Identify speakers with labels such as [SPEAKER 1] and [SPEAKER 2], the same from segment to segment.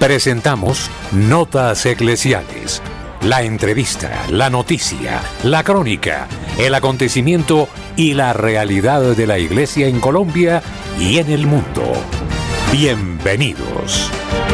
[SPEAKER 1] Presentamos Notas Eclesiales. La entrevista, la noticia, la crónica, el acontecimiento y la realidad de la Iglesia en Colombia y en el mundo. Bienvenidos.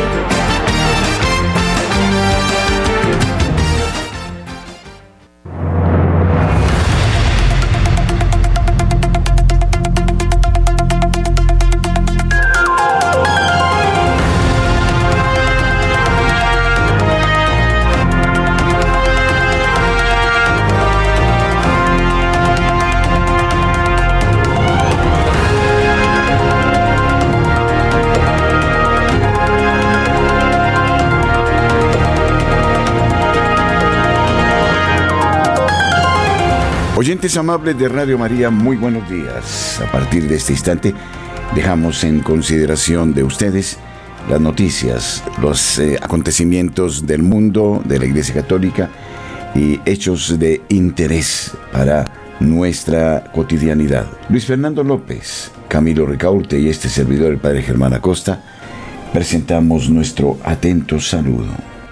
[SPEAKER 2] Oyentes amables de Radio María, muy buenos días. A partir de este instante, dejamos en consideración de ustedes las noticias, los acontecimientos del mundo, de la Iglesia Católica y hechos de interés para nuestra cotidianidad. Luis Fernando López, Camilo Ricaurte y este servidor, el Padre Germán Acosta, presentamos nuestro atento saludo.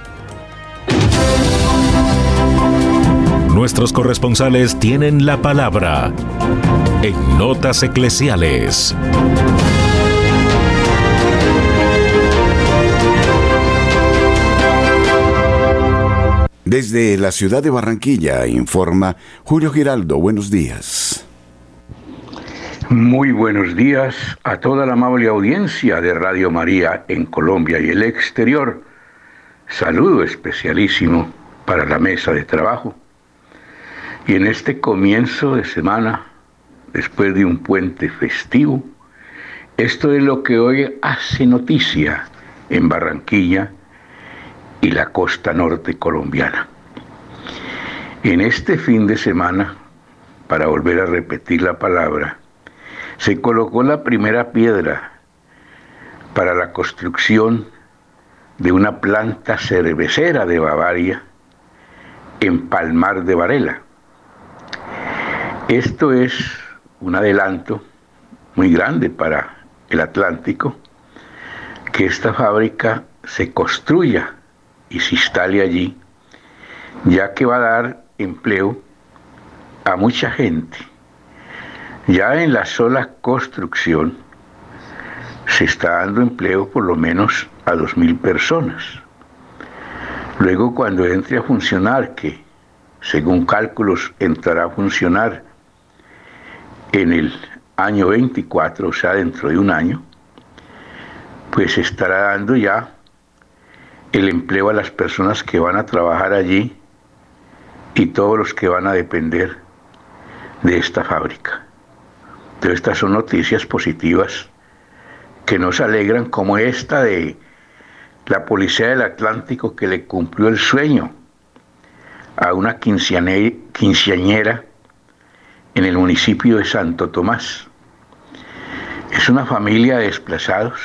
[SPEAKER 1] Nuestros corresponsales tienen la palabra en Notas Eclesiales.
[SPEAKER 2] Desde la ciudad de Barranquilla, informa Julio Giraldo. Buenos días.
[SPEAKER 3] Muy buenos días a toda la amable audiencia de Radio María en Colombia y el exterior. Saludo especialísimo para la mesa de trabajo. Y en este comienzo de semana, después de un puente festivo, esto es lo que hoy hace noticia en Barranquilla y la costa norte colombiana. En este fin de semana, para volver a repetir la palabra, se colocó la primera piedra para la construcción de una planta cervecera de Bavaria en Palmar de Varela. Esto es un adelanto muy grande para el Atlántico, que esta fábrica se construya y se instale allí, ya que va a dar empleo a mucha gente. Ya en la sola construcción se está dando empleo por lo menos a 2.000 personas. Luego, cuando entre a funcionar, que según cálculos entrará a funcionar en el año 24, o sea, dentro de un año, pues estará dando ya el empleo a las personas que van a trabajar allí y todos los que van a depender de esta fábrica. Entonces, estas son noticias positivas que nos alegran, como esta de la Policía del Atlántico, que le cumplió el sueño a una quinceañera en el municipio de Santo Tomás. Es una familia de desplazados.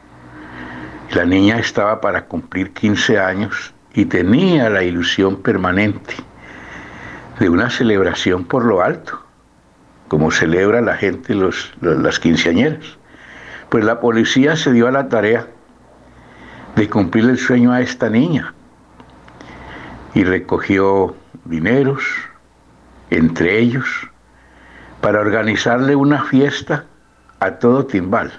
[SPEAKER 3] La niña estaba para cumplir 15 años y tenía la ilusión permanente de una celebración por lo alto, como celebra la gente las quinceañeras. Pues la policía se dio a la tarea de cumplir el sueño a esta niña y recogió dineros, entre ellos, para organizarle una fiesta a todo timbal.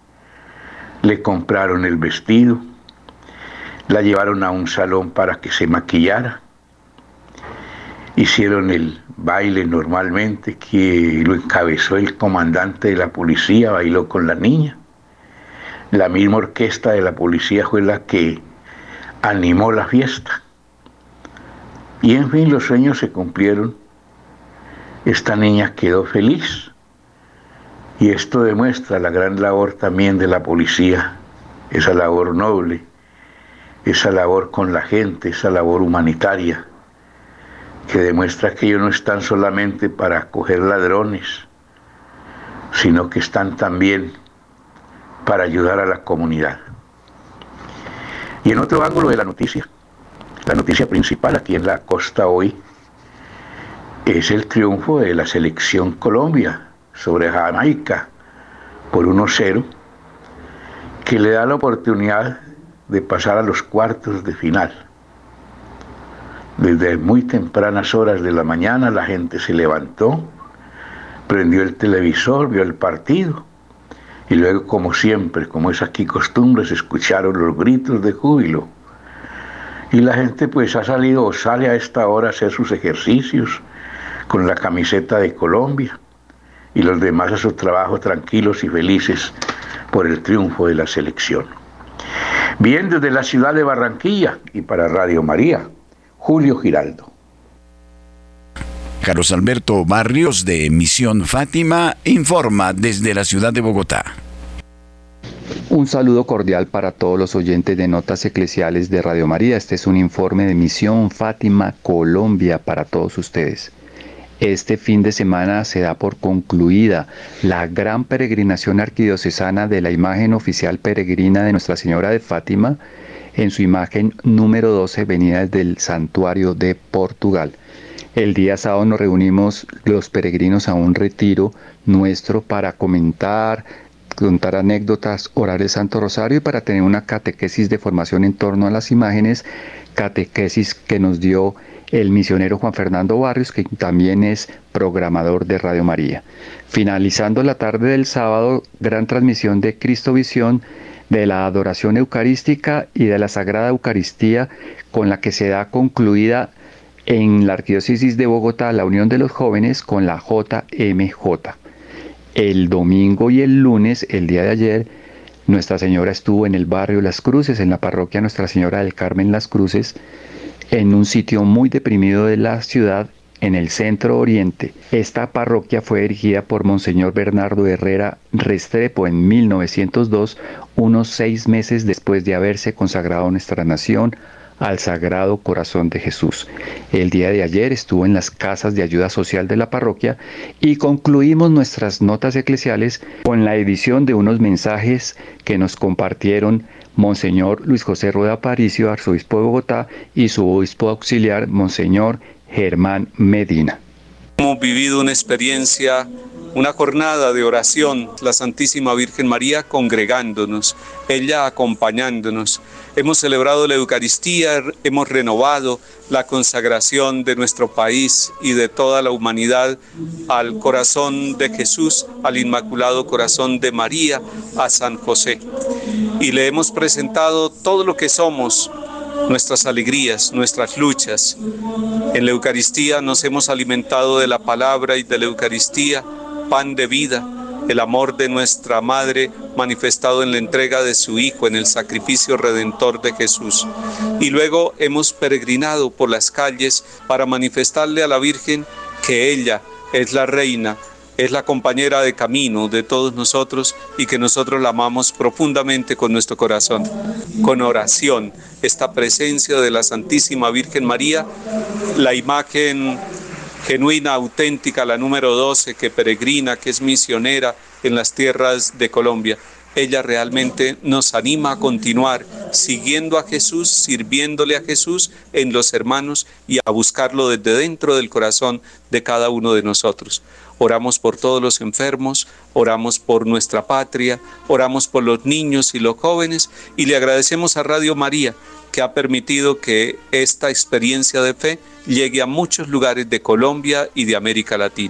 [SPEAKER 3] Le compraron el vestido, la llevaron a un salón para que se maquillara, hicieron el baile normalmente, que lo encabezó el comandante de la policía, bailó con la niña. La misma orquesta de la policía fue la que animó la fiesta. Y en fin, los sueños se cumplieron. Esta niña quedó feliz, y esto demuestra la gran labor también de la policía, esa labor noble, esa labor con la gente, esa labor humanitaria, que demuestra que ellos no están solamente para coger ladrones, sino que están también para ayudar a la comunidad. Y en otro ángulo de la noticia principal aquí en la costa hoy, es el triunfo de la selección Colombia sobre Jamaica por 1-0, que le da la oportunidad de pasar a los cuartos de final. Desde muy tempranas horas de la mañana la gente se levantó, prendió el televisor, vio el partido, y luego, como siempre, como es aquí costumbre, se escucharon los gritos de júbilo. Y la gente pues ha salido o sale a esta hora a hacer sus ejercicios con la camiseta de Colombia, y los demás a su trabajo tranquilos y felices por el triunfo de la selección. Bien, desde la ciudad de Barranquilla y para Radio María, Julio Giraldo.
[SPEAKER 2] Carlos Alberto Barrios de Misión Fátima informa desde la ciudad de Bogotá.
[SPEAKER 4] Un saludo cordial para todos los oyentes de Notas Eclesiales de Radio María. Este es un informe de Misión Fátima Colombia para todos ustedes. Este fin de semana se da por concluida la gran peregrinación arquidiocesana de la imagen oficial peregrina de Nuestra Señora de Fátima en su imagen número 12 venida desde el santuario de Portugal. El día sábado nos reunimos los peregrinos a un retiro nuestro para contar anécdotas, orar el Santo Rosario y para tener una catequesis de formación en torno a las imágenes, catequesis que nos dio el misionero Juan Fernando Barrios, que también es programador de Radio María. Finalizando la tarde del sábado, gran transmisión de Cristovisión, de la adoración eucarística y de la Sagrada Eucaristía, con la que se da concluida en la Arquidiócesis de Bogotá la unión de los jóvenes con la JMJ. El domingo y el lunes, el día de ayer, Nuestra Señora estuvo en el barrio Las Cruces, en la parroquia Nuestra Señora del Carmen Las Cruces, en un sitio muy deprimido de la ciudad, en el centro oriente. Esta parroquia fue erigida por Monseñor Bernardo Herrera Restrepo en 1902, unos 6 meses después de haberse consagrado nuestra nación al Sagrado Corazón de Jesús. El día de ayer estuvo en las casas de ayuda social de la parroquia y concluimos nuestras notas eclesiales con la edición de unos mensajes que nos compartieron Monseñor Luis José Rueda Aparicio, arzobispo de Bogotá, y su obispo auxiliar, Monseñor Germán Medina.
[SPEAKER 5] Hemos vivido una experiencia, una jornada de oración, la Santísima Virgen María congregándonos, ella acompañándonos. Hemos celebrado la Eucaristía, hemos renovado la consagración de nuestro país y de toda la humanidad al corazón de Jesús, al Inmaculado Corazón de María, a San José. Y le hemos presentado todo lo que somos, nuestras alegrías, nuestras luchas. En la Eucaristía nos hemos alimentado de la palabra y de la Eucaristía, pan de vida, el amor de nuestra Madre manifestado en la entrega de su Hijo, en el sacrificio redentor de Jesús. Y luego hemos peregrinado por las calles para manifestarle a la Virgen que ella es la reina, es la compañera de camino de todos nosotros y que nosotros la amamos profundamente con nuestro corazón. Con oración, esta presencia de la Santísima Virgen María, la imagen genuina, auténtica, la número 12, que peregrina, que es misionera en las tierras de Colombia. Ella realmente nos anima a continuar siguiendo a Jesús, sirviéndole a Jesús en los hermanos y a buscarlo desde dentro del corazón de cada uno de nosotros. Oramos por todos los enfermos, oramos por nuestra patria, oramos por los niños y los jóvenes y le agradecemos a Radio María que ha permitido que esta experiencia de fe llegue a muchos lugares de Colombia y de América Latina.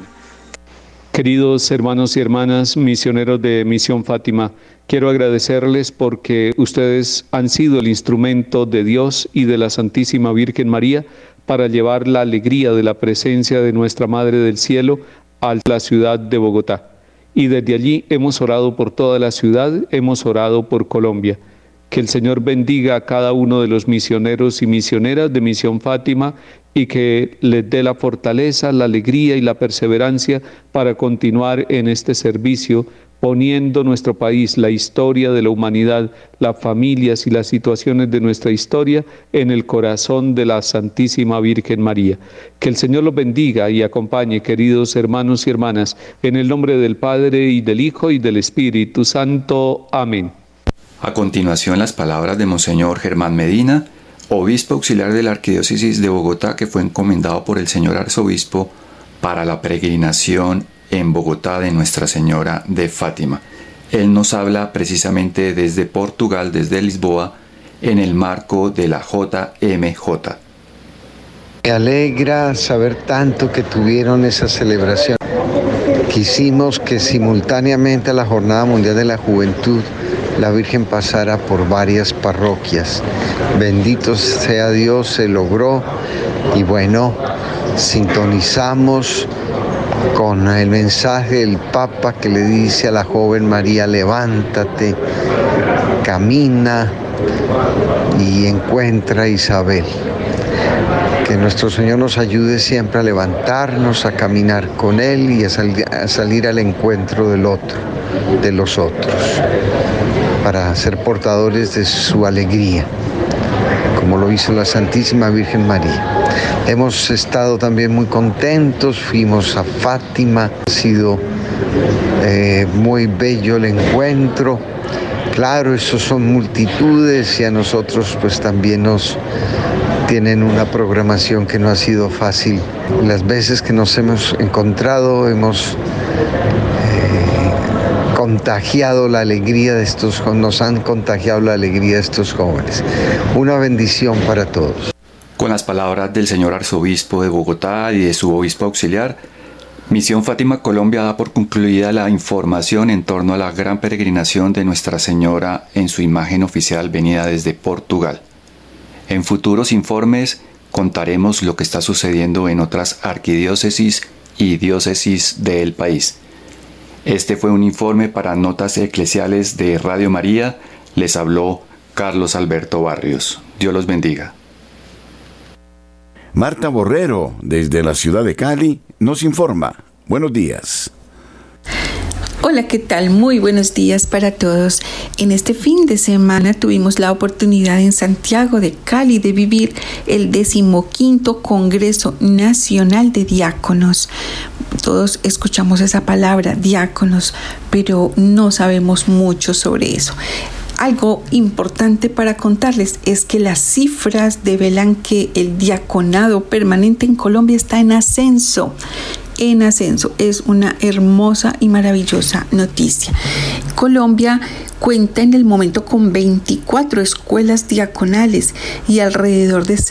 [SPEAKER 6] Queridos hermanos y hermanas misioneros de Misión Fátima, quiero agradecerles porque ustedes han sido el instrumento de Dios y de la Santísima Virgen María para llevar la alegría de la presencia de nuestra Madre del Cielo a la ciudad de Bogotá. Y desde allí hemos orado por toda la ciudad, hemos orado por Colombia. Que el Señor bendiga a cada uno de los misioneros y misioneras de Misión Fátima y que les dé la fortaleza, la alegría y la perseverancia para continuar en este servicio, poniendo nuestro país, la historia de la humanidad, las familias y las situaciones de nuestra historia en el corazón de la Santísima Virgen María. Que el Señor los bendiga y acompañe, queridos hermanos y hermanas, en el nombre del Padre y del Hijo y del Espíritu Santo. Amén.
[SPEAKER 7] A continuación, las palabras de Monseñor Germán Medina, obispo auxiliar de la Arquidiócesis de Bogotá, que fue encomendado por el señor arzobispo para la peregrinación en Bogotá de Nuestra Señora de Fátima. Él nos habla precisamente desde Portugal, desde Lisboa, en el marco de la JMJ.
[SPEAKER 8] Me alegra saber tanto que tuvieron esa celebración. Quisimos que simultáneamente a la Jornada Mundial de la Juventud, la Virgen pasara por varias parroquias. Bendito sea Dios, se logró. Y bueno, sintonizamos con el mensaje del Papa que le dice a la joven María: levántate, camina y encuentra a Isabel. Que nuestro Señor nos ayude siempre a levantarnos, a caminar con Él y a salir al encuentro del otro, de los otros, para ser portadores de su alegría, como lo hizo la Santísima Virgen María. Hemos estado también muy contentos, fuimos a Fátima, ha sido muy bello el encuentro. Claro, esos son multitudes y a nosotros pues también nos tienen una programación que no ha sido fácil. Las veces que nos hemos encontrado hemos contagiado la alegría de nos han contagiado la alegría de estos jóvenes. Una bendición para todos.
[SPEAKER 7] Con las palabras del señor arzobispo de Bogotá y de su obispo auxiliar, Misión Fátima Colombia da por concluida la información en torno a la gran peregrinación de Nuestra Señora en su imagen oficial venida desde Portugal. En futuros informes contaremos lo que está sucediendo en otras arquidiócesis y diócesis del país. Este fue un informe para Notas Eclesiales de Radio María. Les habló Carlos Alberto Barrios. Dios los bendiga.
[SPEAKER 2] Marta Borrero, desde la ciudad de Cali, nos informa. Buenos días.
[SPEAKER 9] Hola, ¿qué tal? Muy buenos días para todos. En este fin de semana tuvimos la oportunidad en Santiago de Cali de vivir el 15º Congreso Nacional de Diáconos. Todos escuchamos esa palabra, diáconos, pero no sabemos mucho sobre eso. Algo importante para contarles es que las cifras develan que el diaconado permanente en Colombia está en ascenso. Es una hermosa y maravillosa noticia. Colombia cuenta en el momento con 24 escuelas diaconales y alrededor de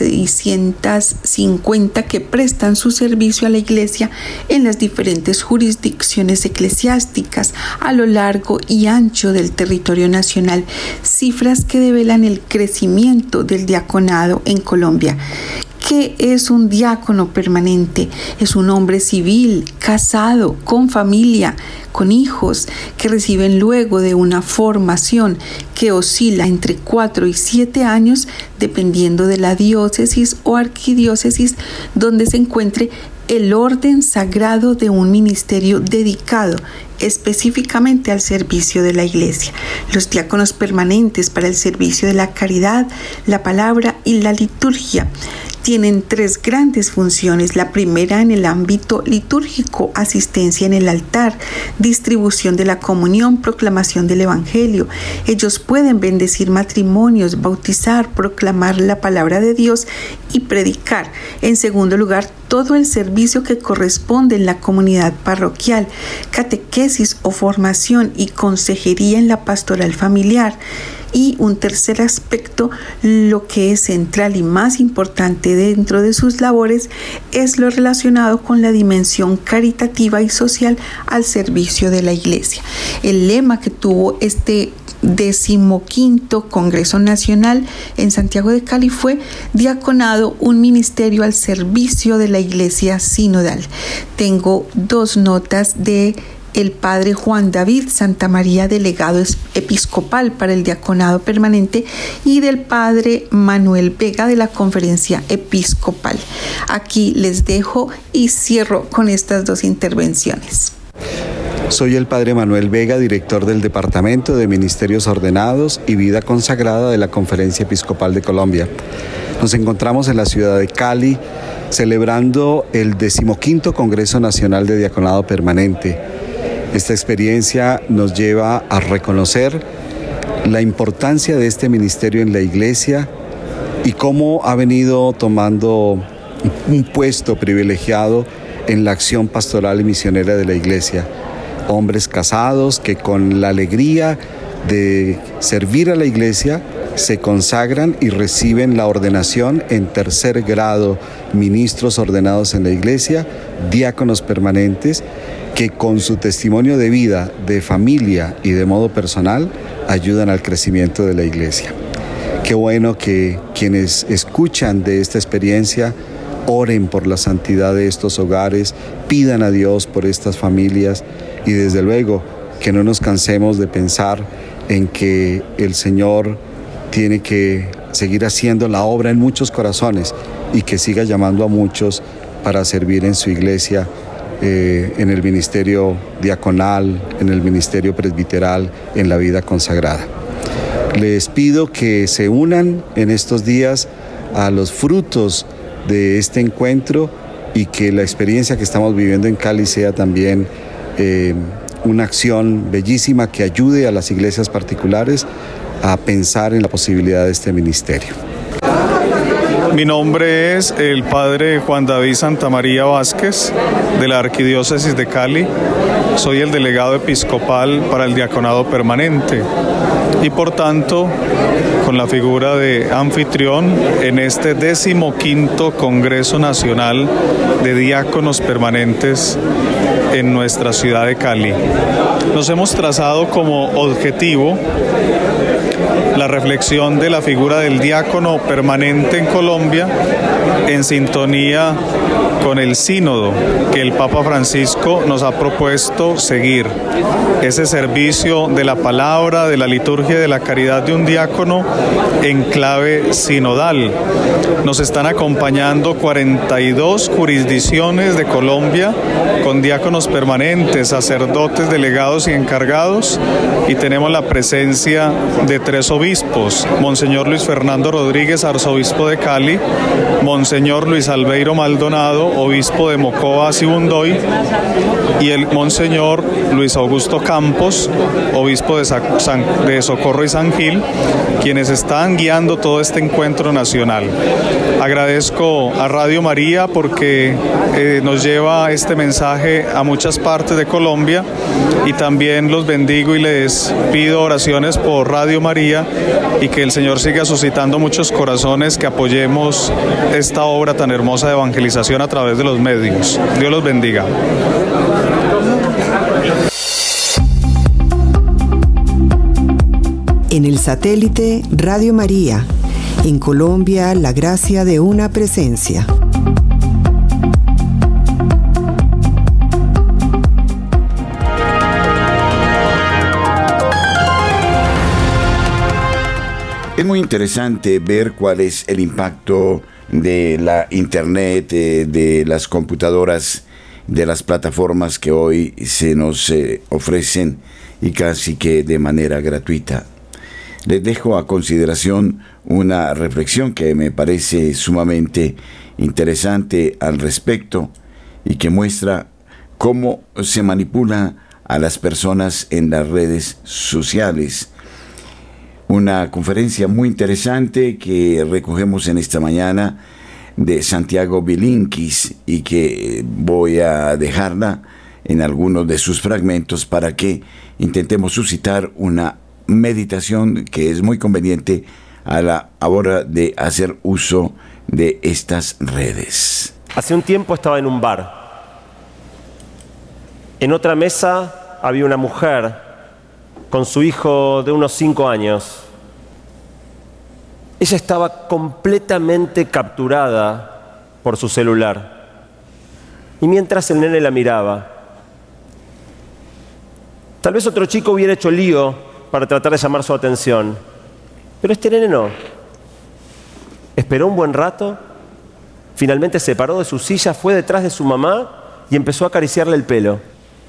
[SPEAKER 9] 650 que prestan su servicio a la Iglesia en las diferentes jurisdicciones eclesiásticas a lo largo y ancho del territorio nacional, cifras que develan el crecimiento del diaconado en Colombia. ¿Qué es un diácono permanente? Es un hombre civil, casado, con familia, con hijos, que reciben luego de una formación que oscila entre 4 y 7 años, dependiendo de la diócesis o arquidiócesis donde se encuentre el orden sagrado de un ministerio dedicado específicamente al servicio de la Iglesia. Los diáconos permanentes para el servicio de la caridad, la palabra y la liturgia tienen 3 grandes funciones. La primera en el ámbito litúrgico: asistencia en el altar, distribución de la comunión, proclamación del Evangelio. Ellos pueden bendecir matrimonios, bautizar, proclamar la palabra de Dios y predicar. En segundo lugar, todo el servicio que corresponde en la comunidad parroquial, catequesis o formación y consejería en la pastoral familiar. Y un tercer aspecto, lo que es central y más importante dentro de sus labores, es lo relacionado con la dimensión caritativa y social al servicio de la Iglesia. El lema que tuvo este 15º Congreso Nacional en Santiago de Cali fue: Diaconado, un ministerio al servicio de la Iglesia sinodal. Tengo 2 notas de el padre Juan David Santamaría, delegado episcopal para el diaconado permanente, y del padre Manuel Vega de la Conferencia Episcopal. Aquí les dejo y cierro con estas 2 intervenciones.
[SPEAKER 10] Soy el padre Manuel Vega, director del Departamento de Ministerios Ordenados y Vida Consagrada de la Conferencia Episcopal de Colombia. Nos encontramos en la ciudad de Cali celebrando el 15º Congreso Nacional de Diaconado Permanente. Esta experiencia nos lleva a reconocer la importancia de este ministerio en la Iglesia y cómo ha venido tomando un puesto privilegiado en la acción pastoral y misionera de la Iglesia. Hombres casados que con la alegría de servir a la Iglesia se consagran y reciben la ordenación en tercer grado, ministros ordenados en la iglesia, diáconos permanentes, que con su testimonio de vida, de familia y de modo personal ayudan al crecimiento de la iglesia. Qué bueno que quienes escuchan de esta experiencia oren por la santidad de estos hogares, pidan a Dios por estas familias y desde luego que no nos cansemos de pensar en que el Señor tiene que seguir haciendo la obra en muchos corazones y que siga llamando a muchos para servir en su iglesia, en el ministerio diaconal, en el ministerio presbiteral, en la vida consagrada. Les pido que se unan en estos días a los frutos de este encuentro y que la experiencia que estamos viviendo en Cali sea también una acción bellísima que ayude a las iglesias particulares a pensar en la posibilidad de este ministerio.
[SPEAKER 11] Mi nombre es el padre Juan David Santamaría Vázquez, de la Arquidiócesis de Cali. Soy el delegado episcopal para el diaconado permanente y por tanto, con la figura de anfitrión en este 15º Congreso Nacional de Diáconos Permanentes en nuestra ciudad de Cali. Nos hemos trazado como objetivo la reflexión de la figura del diácono permanente en Colombia en sintonía con el sínodo que el Papa Francisco nos ha propuesto seguir. Ese servicio de la palabra, de la liturgia y de la caridad de un diácono en clave sinodal. Nos están acompañando 42 jurisdicciones de Colombia con diáconos permanentes, sacerdotes, delegados y encargados, y tenemos la presencia de 3 obispos: Monseñor Luis Fernando Rodríguez, arzobispo de Cali; Monseñor Luis Albeiro Maldonado, obispo de Mocoa Sibundoy; y el Monseñor Luis Augusto Campos, obispo de Socorro y San Gil, quienes están guiando todo este encuentro nacional. Agradezco a Radio María porque nos lleva este mensaje a muchas partes de Colombia, y también los bendigo y les pido oraciones por Radio María y que el Señor siga suscitando muchos corazones que apoyemos esta obra tan hermosa de evangelización a través de los medios. Dios los bendiga.
[SPEAKER 12] En el satélite Radio María, en Colombia, la gracia de una presencia.
[SPEAKER 2] Es muy interesante ver cuál es el impacto de la internet, de las computadoras, de las plataformas que hoy se nos ofrecen y casi que de manera gratuita. Les dejo a consideración una reflexión que me parece sumamente interesante al respecto y que muestra cómo se manipula a las personas en las redes sociales. Una conferencia muy interesante que recogemos en esta mañana de Santiago Bilinkis y que voy a dejarla en algunos de sus fragmentos para que intentemos suscitar una meditación que es muy conveniente a la hora de hacer uso de estas redes.
[SPEAKER 13] Hace un tiempo estaba en un bar. En otra mesa había una mujer con su hijo de unos 5 años. Ella estaba completamente capturada por su celular. Y mientras el nene la miraba, tal vez otro chico hubiera hecho lío para tratar de llamar su atención, pero este nene no. Esperó un buen rato, finalmente se paró de su silla, fue detrás de su mamá y empezó a acariciarle el pelo.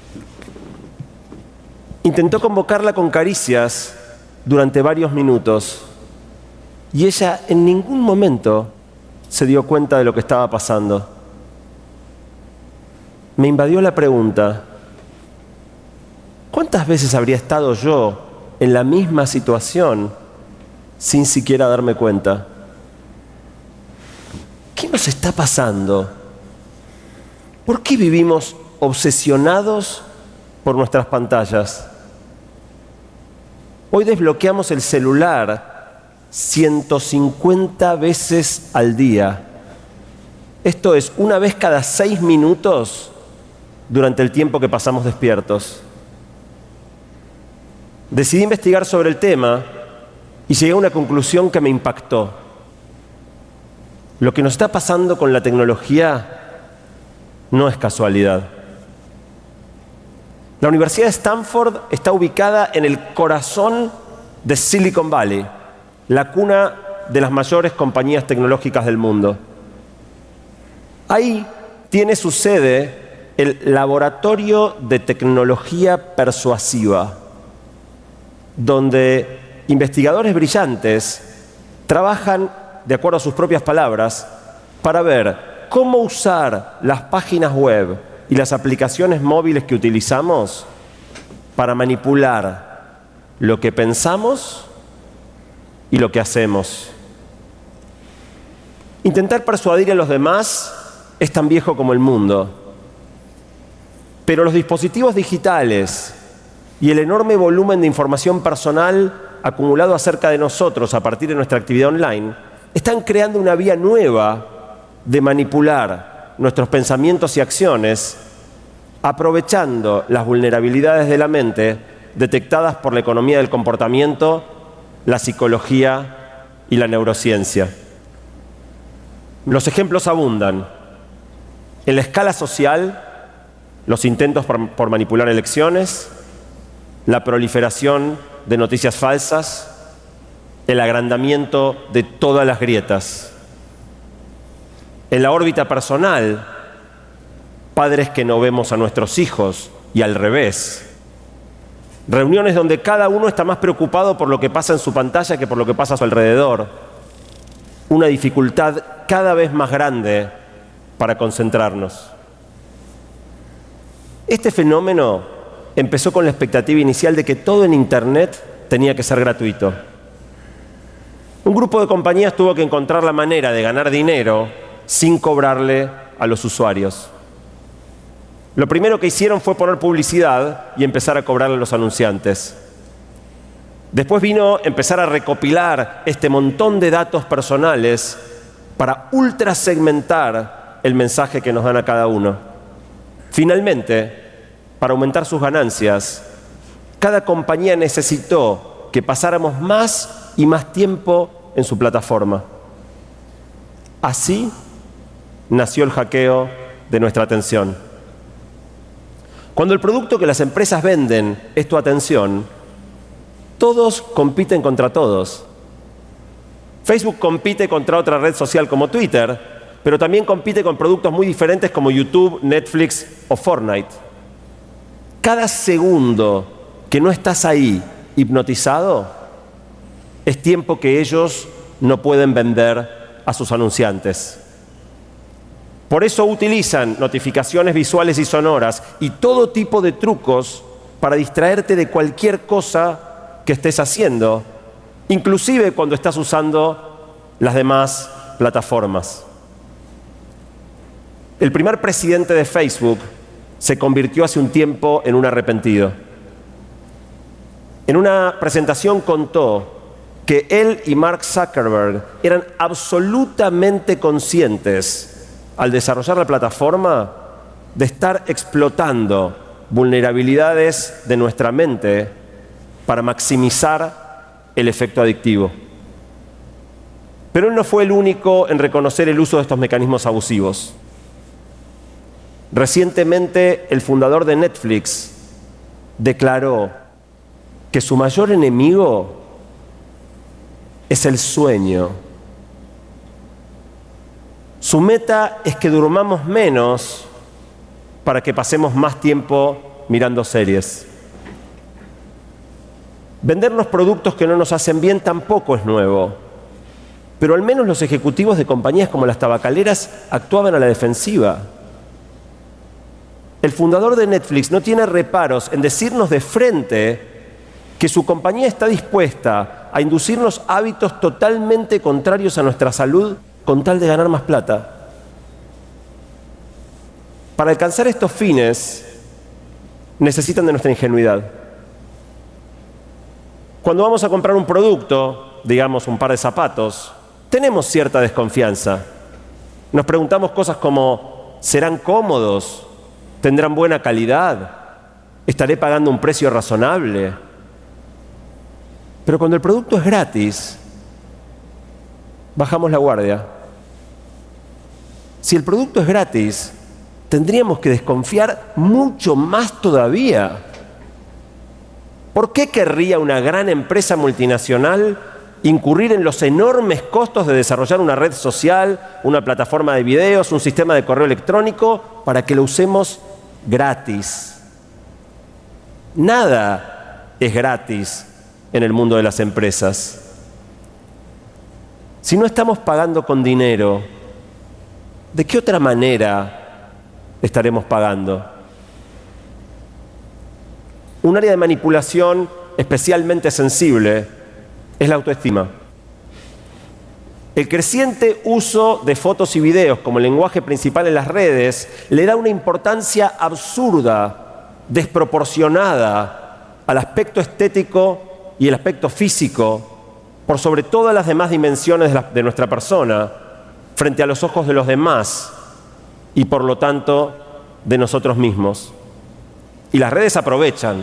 [SPEAKER 13] Intentó convocarla con caricias durante varios minutos y ella en ningún momento se dio cuenta de lo que estaba pasando. Me invadió la pregunta: ¿cuántas veces habría estado yo en la misma situación sin siquiera darme cuenta? ¿Qué nos está pasando? ¿Por qué vivimos obsesionados por nuestras pantallas? Hoy desbloqueamos el celular 150 veces al día. Esto es una vez cada 6 minutos durante el tiempo que pasamos despiertos. Decidí investigar sobre el tema y llegué a una conclusión que me impactó. Lo que nos está pasando con la tecnología no es casualidad. La Universidad de Stanford está ubicada en el corazón de Silicon Valley, la cuna de las mayores compañías tecnológicas del mundo. Ahí tiene su sede el Laboratorio de Tecnología Persuasiva, donde investigadores brillantes trabajan, de acuerdo a sus propias palabras, para ver cómo usar las páginas web y las aplicaciones móviles que utilizamos para manipular lo que pensamos y lo que hacemos. Intentar persuadir a los demás es tan viejo como el mundo, pero los dispositivos digitales y el enorme volumen de información personal acumulado acerca de nosotros a partir de nuestra actividad online están creando una vía nueva de manipular nuestros pensamientos y acciones, aprovechando las vulnerabilidades de la mente detectadas por la economía del comportamiento, la psicología y la neurociencia. Los ejemplos abundan. En la escala social, los intentos por manipular elecciones, la proliferación de noticias falsas, el agrandamiento de todas las grietas. En la órbita personal, padres que no vemos a nuestros hijos y al revés. Reuniones donde cada uno está más preocupado por lo que pasa en su pantalla que por lo que pasa a su alrededor. Una dificultad cada vez más grande para concentrarnos. Este fenómeno empezó con la expectativa inicial de que todo en Internet tenía que ser gratuito. Un grupo de compañías tuvo que encontrar la manera de ganar dinero sin cobrarle a los usuarios. Lo primero que hicieron fue poner publicidad y empezar a cobrarle a los anunciantes. Después vino empezar a recopilar este montón de datos personales para ultra segmentar el mensaje que nos dan a cada uno. Finalmente, para aumentar sus ganancias, cada compañía necesitó que pasáramos más y más tiempo en su plataforma. Así nació el hackeo de nuestra atención. Cuando el producto que las empresas venden es tu atención, todos compiten contra todos. Facebook compite contra otra red social como Twitter, pero también compite con productos muy diferentes como YouTube, Netflix o Fortnite. Cada segundo que no estás ahí hipnotizado es tiempo que ellos no pueden vender a sus anunciantes. Por eso utilizan notificaciones visuales y sonoras y todo tipo de trucos para distraerte de cualquier cosa que estés haciendo, inclusive cuando estás usando las demás plataformas. El primer presidente de Facebook se convirtió hace un tiempo en un arrepentido. En una presentación contó que él y Mark Zuckerberg eran absolutamente conscientes al desarrollar la plataforma de estar explotando vulnerabilidades de nuestra mente para maximizar el efecto adictivo. Pero él no fue el único en reconocer el uso de estos mecanismos abusivos. Recientemente, el fundador de Netflix declaró que su mayor enemigo es el sueño. Su meta es que durmamos menos para que pasemos más tiempo mirando series. Vendernos productos que no nos hacen bien tampoco es nuevo, pero al menos los ejecutivos de compañías como las tabacaleras actuaban a la defensiva. El fundador de Netflix no tiene reparos en decirnos de frente que su compañía está dispuesta a inducirnos hábitos totalmente contrarios a nuestra salud con tal de ganar más plata. Para alcanzar estos fines, necesitan de nuestra ingenuidad. Cuando vamos a comprar un producto, digamos, un par de zapatos, tenemos cierta desconfianza. Nos preguntamos cosas como, ¿serán cómodos? ¿Tendrán buena calidad? ¿Estaré pagando un precio razonable? Pero cuando el producto es gratis, bajamos la guardia. Si el producto es gratis, tendríamos que desconfiar mucho más todavía. ¿Por qué querría una gran empresa multinacional incurrir en los enormes costos de desarrollar una red social, una plataforma de videos, un sistema de correo electrónico para que lo usemos gratis? Nada es gratis en el mundo de las empresas. Si no estamos pagando con dinero, ¿de qué otra manera estaremos pagando? Un área de manipulación especialmente sensible es la autoestima. El creciente uso de fotos y videos como lenguaje principal en las redes le da una importancia absurda, desproporcionada al aspecto estético y el aspecto físico por sobre todas las demás dimensiones de nuestra persona frente a los ojos de los demás y por lo tanto de nosotros mismos. Y las redes aprovechan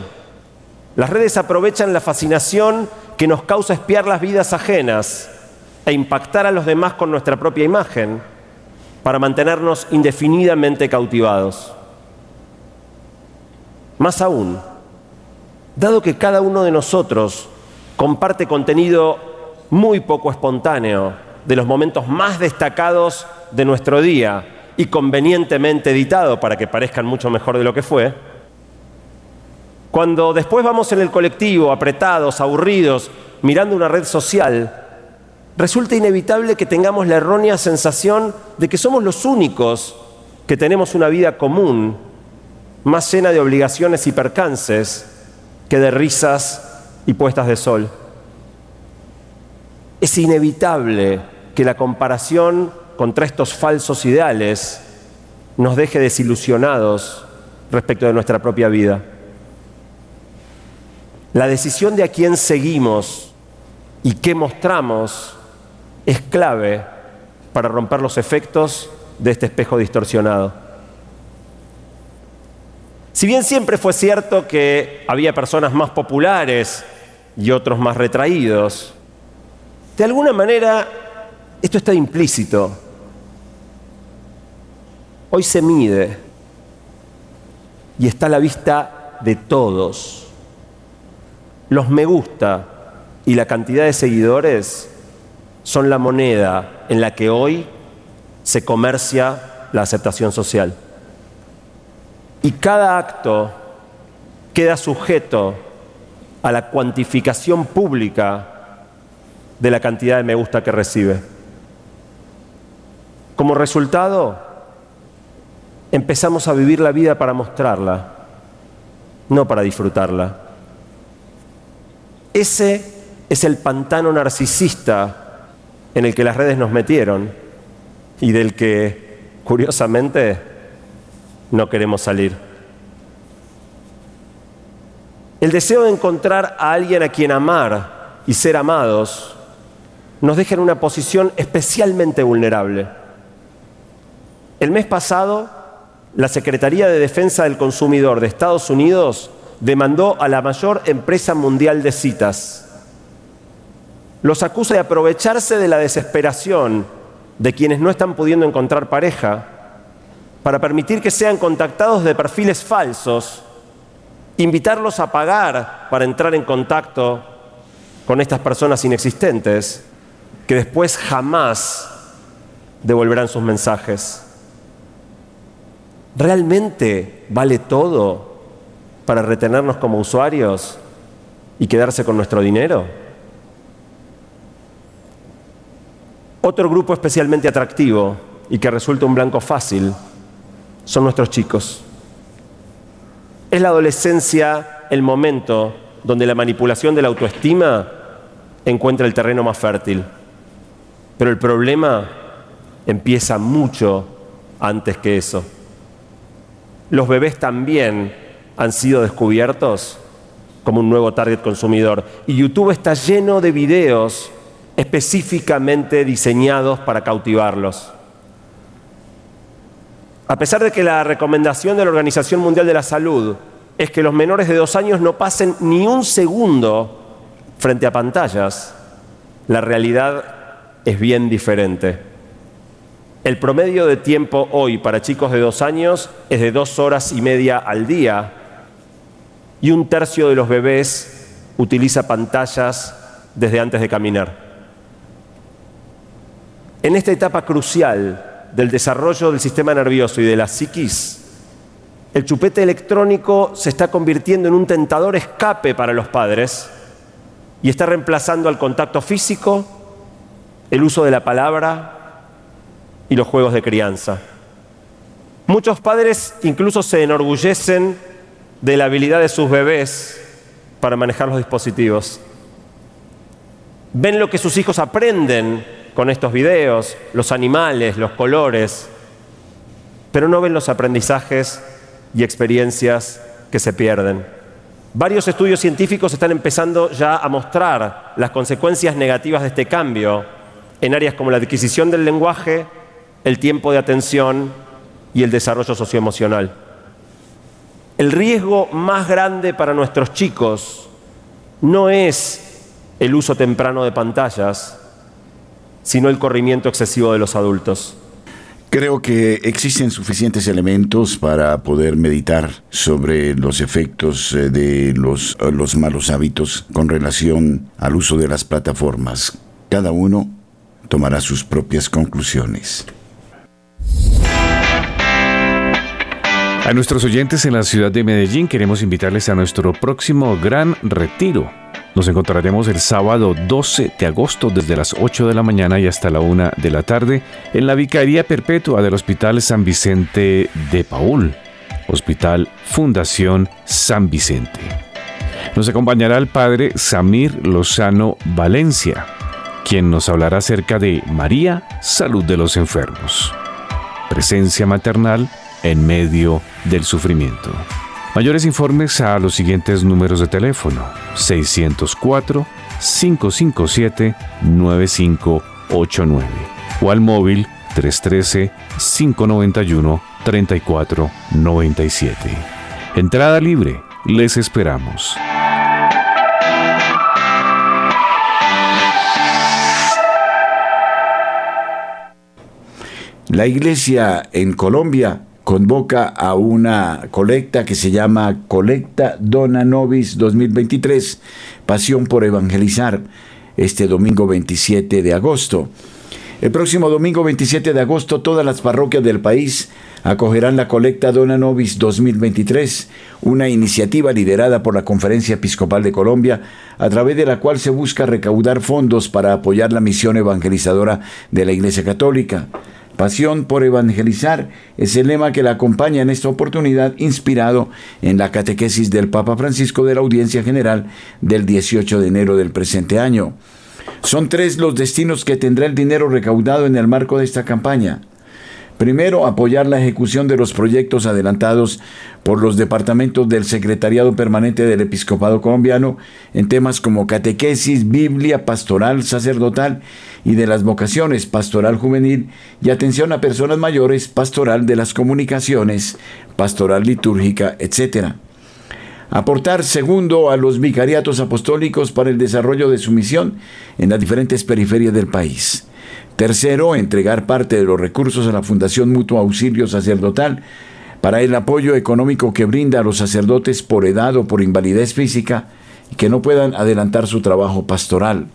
[SPEAKER 13] la fascinación que nos causa espiar las vidas ajenas e impactar a los demás con nuestra propia imagen para mantenernos indefinidamente cautivados. Más aún, dado que cada uno de nosotros comparte contenido muy poco espontáneo de los momentos más destacados de nuestro día y convenientemente editado para que parezcan mucho mejor de lo que fue, cuando después vamos en el colectivo, apretados, aburridos, mirando una red social, resulta inevitable que tengamos la errónea sensación de que somos los únicos que tenemos una vida común, más llena de obligaciones y percances que de risas y puestas de sol. Es inevitable que la comparación contra estos falsos ideales nos deje desilusionados respecto de nuestra propia vida. La decisión de a quién seguimos y qué mostramos es clave para romper los efectos de este espejo distorsionado. Si bien siempre fue cierto que había personas más populares y otros más retraídos, de alguna manera esto está implícito. Hoy se mide y está a la vista de todos. Los me gusta y la cantidad de seguidores son la moneda en la que hoy se comercia la aceptación social. Y cada acto queda sujeto a la cuantificación pública de la cantidad de me gusta que recibe. Como resultado, empezamos a vivir la vida para mostrarla, no para disfrutarla. Ese es el pantano narcisista en el que las redes nos metieron y del que, curiosamente, no queremos salir. El deseo de encontrar a alguien a quien amar y ser amados nos deja en una posición especialmente vulnerable. El mes pasado, la Secretaría de Defensa del Consumidor de Estados Unidos demandó a la mayor empresa mundial de citas. Los acusa de aprovecharse de la desesperación de quienes no están pudiendo encontrar pareja para permitir que sean contactados de perfiles falsos, invitarlos a pagar para entrar en contacto con estas personas inexistentes que después jamás devolverán sus mensajes. ¿Realmente vale todo para retenernos como usuarios y quedarse con nuestro dinero? Otro grupo especialmente atractivo y que resulta un blanco fácil son nuestros chicos. Es la adolescencia el momento donde la manipulación de la autoestima encuentra el terreno más fértil. Pero el problema empieza mucho antes que eso. Los bebés también han sido descubiertos como un nuevo target consumidor. Y YouTube está lleno de videos específicamente diseñados para cautivarlos. A pesar de que la recomendación de la Organización Mundial de la Salud es que los menores de 2 años no pasen ni un segundo frente a pantallas, la realidad es bien diferente. El promedio de tiempo hoy para chicos de 2 años es de 2 horas y media al día y 1/3 de los bebés utiliza pantallas desde antes de caminar. En esta etapa crucial del desarrollo del sistema nervioso y de la psiquis, el chupete electrónico se está convirtiendo en un tentador escape para los padres y está reemplazando al contacto físico, el uso de la palabra y los juegos de crianza. Muchos padres incluso se enorgullecen de la habilidad de sus bebés para manejar los dispositivos. Ven lo que sus hijos aprenden con estos videos, los animales, los colores, pero no ven los aprendizajes y experiencias que se pierden. Varios estudios científicos están empezando ya a mostrar las consecuencias negativas de este cambio en áreas como la adquisición del lenguaje, el tiempo de atención y el desarrollo socioemocional. El riesgo más grande para nuestros chicos no es el uso temprano de pantallas, sino el corrimiento excesivo de los adultos.
[SPEAKER 2] Creo que existen suficientes elementos para poder meditar sobre los efectos de los malos hábitos con relación al uso de las plataformas. Cada uno tomará sus propias conclusiones.
[SPEAKER 14] A nuestros oyentes en la ciudad de Medellín queremos invitarles a nuestro próximo gran retiro. Nos encontraremos el sábado 12 de agosto desde las 8 de la mañana y hasta la 1 de la tarde en la Vicaría Perpetua del Hospital San Vicente de Paúl, Hospital Fundación San Vicente. Nos acompañará el padre Samir Lozano Valencia, quien nos hablará acerca de María, salud de los enfermos. Presencia maternal en medio del sufrimiento. Mayores informes a los siguientes números de teléfono: 604-557-9589 o al móvil 313-591-3497. Entrada libre, les esperamos.
[SPEAKER 2] La Iglesia en Colombia convoca a una colecta que se llama Colecta Dona Nobis 2023, Pasión por Evangelizar, este domingo 27 de agosto. El próximo domingo 27 de agosto todas las parroquias del país acogerán la Colecta Dona Nobis 2023, una iniciativa liderada por la Conferencia Episcopal de Colombia, a través de la cual se busca recaudar fondos para apoyar la misión evangelizadora de la Iglesia Católica. Pasión por evangelizar es el lema que la acompaña en esta oportunidad, inspirado en la catequesis del Papa Francisco de la Audiencia General del 18 de enero del presente año. Son 3 los destinos que tendrá el dinero recaudado en el marco de esta campaña. Primero, apoyar la ejecución de los proyectos adelantados por los departamentos del Secretariado Permanente del Episcopado Colombiano en temas como catequesis, Biblia, pastoral, sacerdotal y de las vocaciones, pastoral juvenil y atención a personas mayores, pastoral de las comunicaciones, pastoral litúrgica, etc. Aportar, segundo, a los vicariatos apostólicos para el desarrollo de su misión en las diferentes periferias del país. Tercero, entregar parte de los recursos a la Fundación Mutuo Auxilio Sacerdotal para el apoyo económico que brinda a los sacerdotes por edad o por invalidez física y que no puedan adelantar su trabajo pastoral.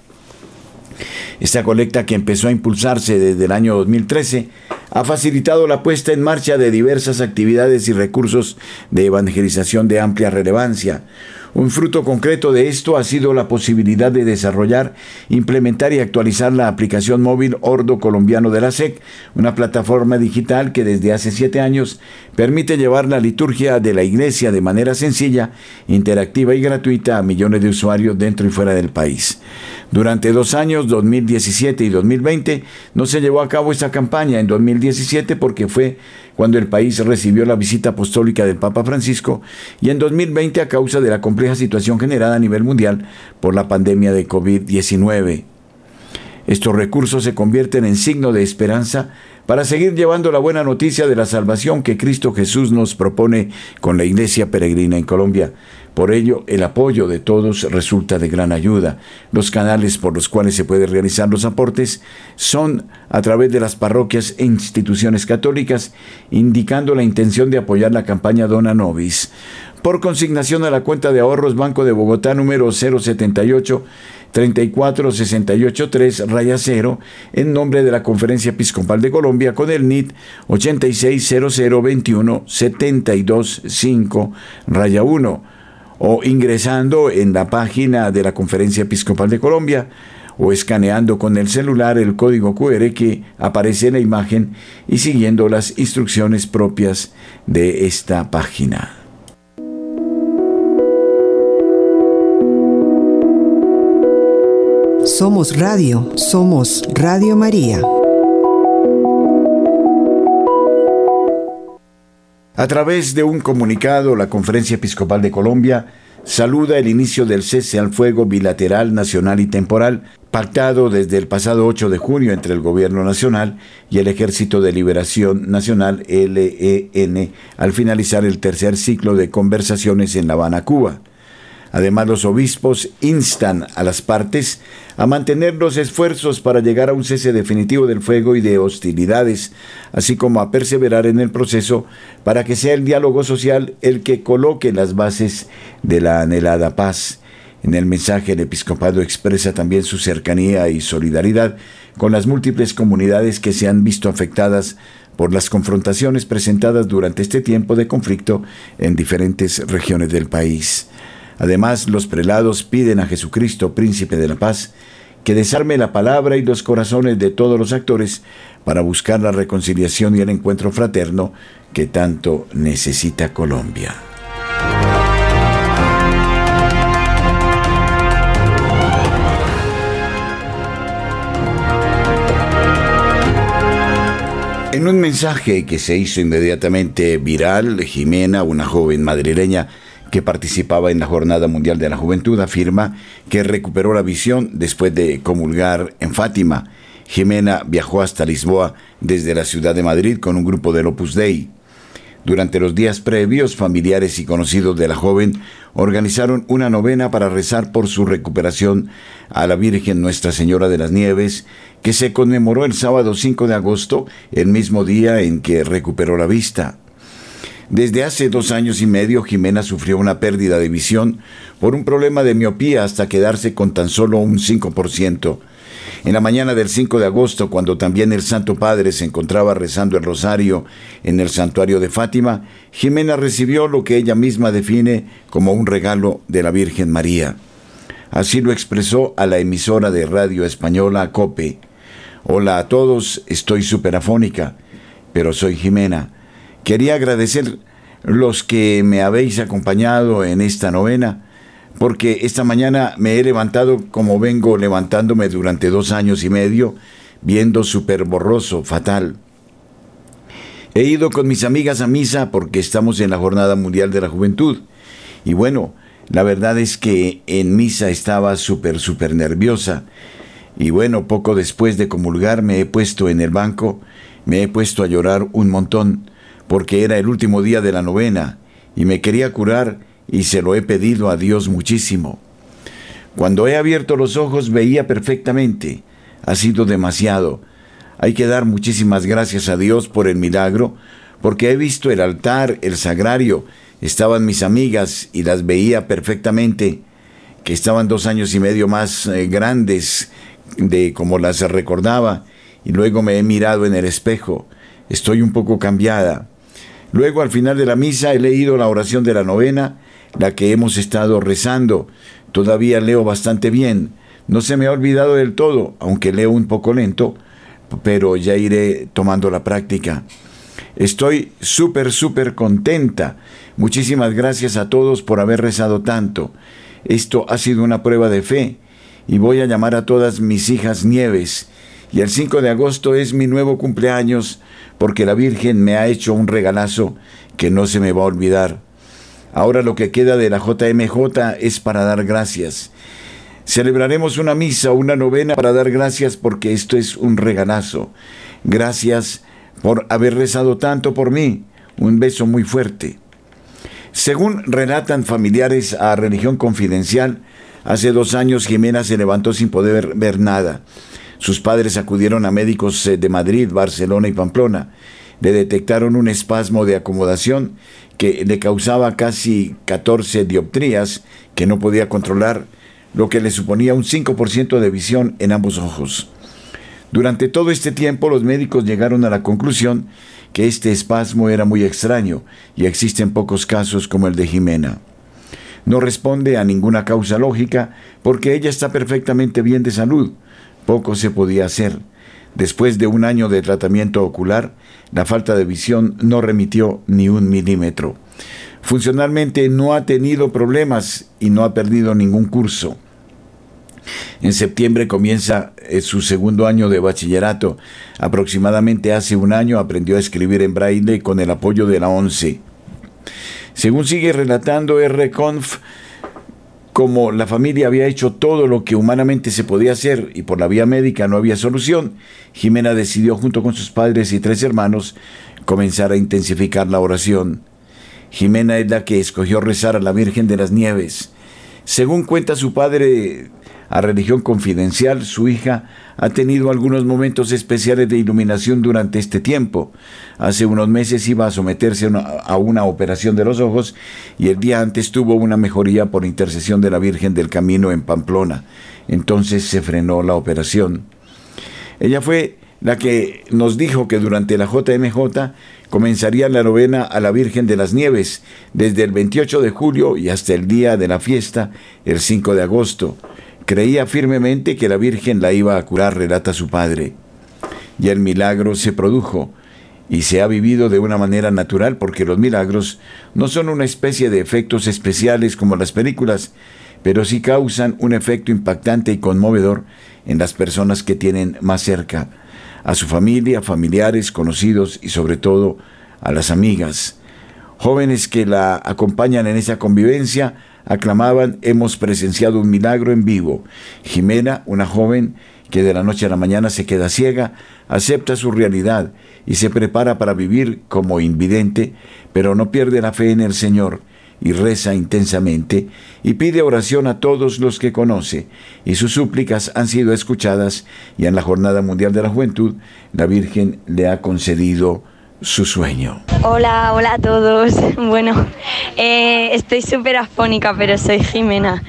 [SPEAKER 2] Esta colecta, que empezó a impulsarse desde el año 2013, ha facilitado la puesta en marcha de diversas actividades y recursos de evangelización de amplia relevancia. Un fruto concreto de esto ha sido la posibilidad de desarrollar, implementar y actualizar la aplicación móvil Ordo Colombiano de la SEC, una plataforma digital que desde hace 7 años permite llevar la liturgia de la Iglesia de manera sencilla, interactiva y gratuita a millones de usuarios dentro y fuera del país. Durante 2 años, 2017 y 2020, no se llevó a cabo esta campaña. En 2017 porque fue cuando el país recibió la visita apostólica del Papa Francisco, y en 2020 a causa de la compleja situación generada a nivel mundial por la pandemia de COVID-19. Estos recursos se convierten en signo de esperanza para seguir llevando la buena noticia de la salvación que Cristo Jesús nos propone con la Iglesia Peregrina en Colombia. Por ello, el apoyo de todos resulta de gran ayuda. Los canales por los cuales se pueden realizar los aportes son a través de las parroquias e instituciones católicas, indicando la intención de apoyar la campaña Dona Nobis. Por consignación a la cuenta de ahorros Banco de Bogotá número 078 34683-0 en nombre de la Conferencia Episcopal de Colombia con el NIT 860021-725-1 o ingresando en la página de la Conferencia Episcopal de Colombia o escaneando con el celular el código QR que aparece en la imagen y siguiendo las instrucciones propias de esta página.
[SPEAKER 12] Somos Radio María.
[SPEAKER 2] A través de un comunicado, la Conferencia Episcopal de Colombia saluda el inicio del cese al fuego bilateral, nacional y temporal, pactado desde el pasado 8 de junio entre el Gobierno Nacional y el Ejército de Liberación Nacional, ELN, al finalizar el tercer ciclo de conversaciones en La Habana, Cuba. Además, los obispos instan a las partes a mantener los esfuerzos para llegar a un cese definitivo del fuego y de hostilidades, así como a perseverar en el proceso para que sea el diálogo social el que coloque las bases de la anhelada paz. En el mensaje, el episcopado expresa también su cercanía y solidaridad con las múltiples comunidades que se han visto afectadas por las confrontaciones presentadas durante este tiempo de conflicto en diferentes regiones del país. Además, los prelados piden a Jesucristo, Príncipe de la Paz, que desarme la palabra y los corazones de todos los actores para buscar la reconciliación y el encuentro fraterno que tanto necesita Colombia. En un mensaje que se hizo inmediatamente viral, Jimena, una joven madrileña que participaba en la Jornada Mundial de la Juventud, afirma que recuperó la visión después de comulgar en Fátima. Jimena viajó hasta Lisboa desde la ciudad de Madrid con un grupo del Opus Dei. Durante los días previos, familiares y conocidos de la joven organizaron una novena para rezar por su recuperación a la Virgen Nuestra Señora de las Nieves, que se conmemoró el sábado 5 de agosto, el mismo día en que recuperó la vista. Desde hace 2 años y medio, Jimena sufrió una pérdida de visión por un problema de miopía hasta quedarse con tan solo un 5%. En la mañana del 5 de agosto, cuando también el Santo Padre se encontraba rezando el rosario en el santuario de Fátima, Jimena recibió lo que ella misma define como un regalo de la Virgen María. Así lo expresó a la emisora de radio española COPE. Hola a todos, estoy súper afónica, pero soy Jimena. Quería agradecer los que me habéis acompañado en esta novena, porque esta mañana me he levantado como vengo levantándome durante 2 años y medio, viendo súper borroso, fatal. He ido con mis amigas a misa porque estamos en la Jornada Mundial de la Juventud. Y bueno, la verdad es que en misa estaba súper nerviosa. Y bueno, poco después de comulgar me he puesto en el banco, me he puesto a llorar un montón, porque era el último día de la novena y me quería curar y se lo he pedido a Dios muchísimo. Cuando he abierto los ojos veía perfectamente. Ha sido demasiado. Hay que dar muchísimas gracias a Dios por el milagro, porque he visto el altar, el sagrario, estaban mis amigas y las veía perfectamente, que estaban 2 años y medio más grandes de como las recordaba, y luego me he mirado en el espejo. Estoy un poco cambiada. Luego, al final de la misa, he leído la oración de la novena, la que hemos estado rezando. Todavía leo bastante bien. No se me ha olvidado del todo, aunque leo un poco lento, pero ya iré tomando la práctica. Estoy súper contenta. Muchísimas gracias a todos por haber rezado tanto. Esto ha sido una prueba de fe, y voy a llamar a todas mis hijas Nieves. Y el 5 de agosto es mi nuevo cumpleaños, porque la Virgen me ha hecho un regalazo que no se me va a olvidar. Ahora lo que queda de la JMJ es para dar gracias. Celebraremos una misa, una novena para dar gracias porque esto es un regalazo. Gracias por haber rezado tanto por mí. Un beso muy fuerte. Según relatan familiares a Religión Confidencial, hace 2 años Jimena se levantó sin poder ver nada. Sus padres acudieron a médicos de Madrid, Barcelona y Pamplona. Le detectaron un espasmo de acomodación que le causaba casi 14 dioptrías que no podía controlar, lo que le suponía un 5% de visión en ambos ojos. Durante todo este tiempo los médicos llegaron a la conclusión que este espasmo era muy extraño y existen pocos casos como el de Jimena. No responde a ninguna causa lógica porque ella está perfectamente bien de salud. Poco se podía hacer. Después de 1 año de tratamiento ocular, la falta de visión no remitió ni 1 milímetro. Funcionalmente no ha tenido problemas y no ha perdido ningún curso. En septiembre comienza su 2º año de bachillerato. Aproximadamente hace 1 año aprendió a escribir en braille con el apoyo de la ONCE. Según sigue relatando RConf, como la familia había hecho todo lo que humanamente se podía hacer y por la vía médica no había solución, Jimena decidió junto con sus padres y 3 hermanos comenzar a intensificar la oración. Jimena es la que escogió rezar a la Virgen de las Nieves. Según cuenta su padre a Religión Confidencial, su hija ha tenido algunos momentos especiales de iluminación durante este tiempo. Hace unos meses iba a someterse a una operación de los ojos y el día antes tuvo una mejoría por intercesión de la Virgen del Camino en Pamplona. Entonces se frenó la operación. Ella fue la que nos dijo que durante la JMJ comenzaría la novena a la Virgen de las Nieves desde el 28 de julio y hasta el día de la fiesta, el 5 de agosto. Creía firmemente que la Virgen la iba a curar, relata su padre. Y el milagro se produjo y se ha vivido de una manera natural porque los milagros no son una especie de efectos especiales como las películas, pero sí causan un efecto impactante y conmovedor en las personas que tienen más cerca, a su familia, familiares, conocidos y sobre todo a las amigas. Jóvenes que la acompañan en esa convivencia aclamaban: hemos presenciado un milagro en vivo. Jimena, una joven que de la noche a la mañana se queda ciega, acepta su realidad y se prepara para vivir como invidente, pero no pierde la fe en el Señor y reza intensamente y pide oración a todos los que conoce, y sus súplicas han sido escuchadas, y en la Jornada Mundial de la Juventud la Virgen le ha concedido su sueño.
[SPEAKER 15] Hola a todos. Bueno, estoy súper afónica, pero soy Jimena.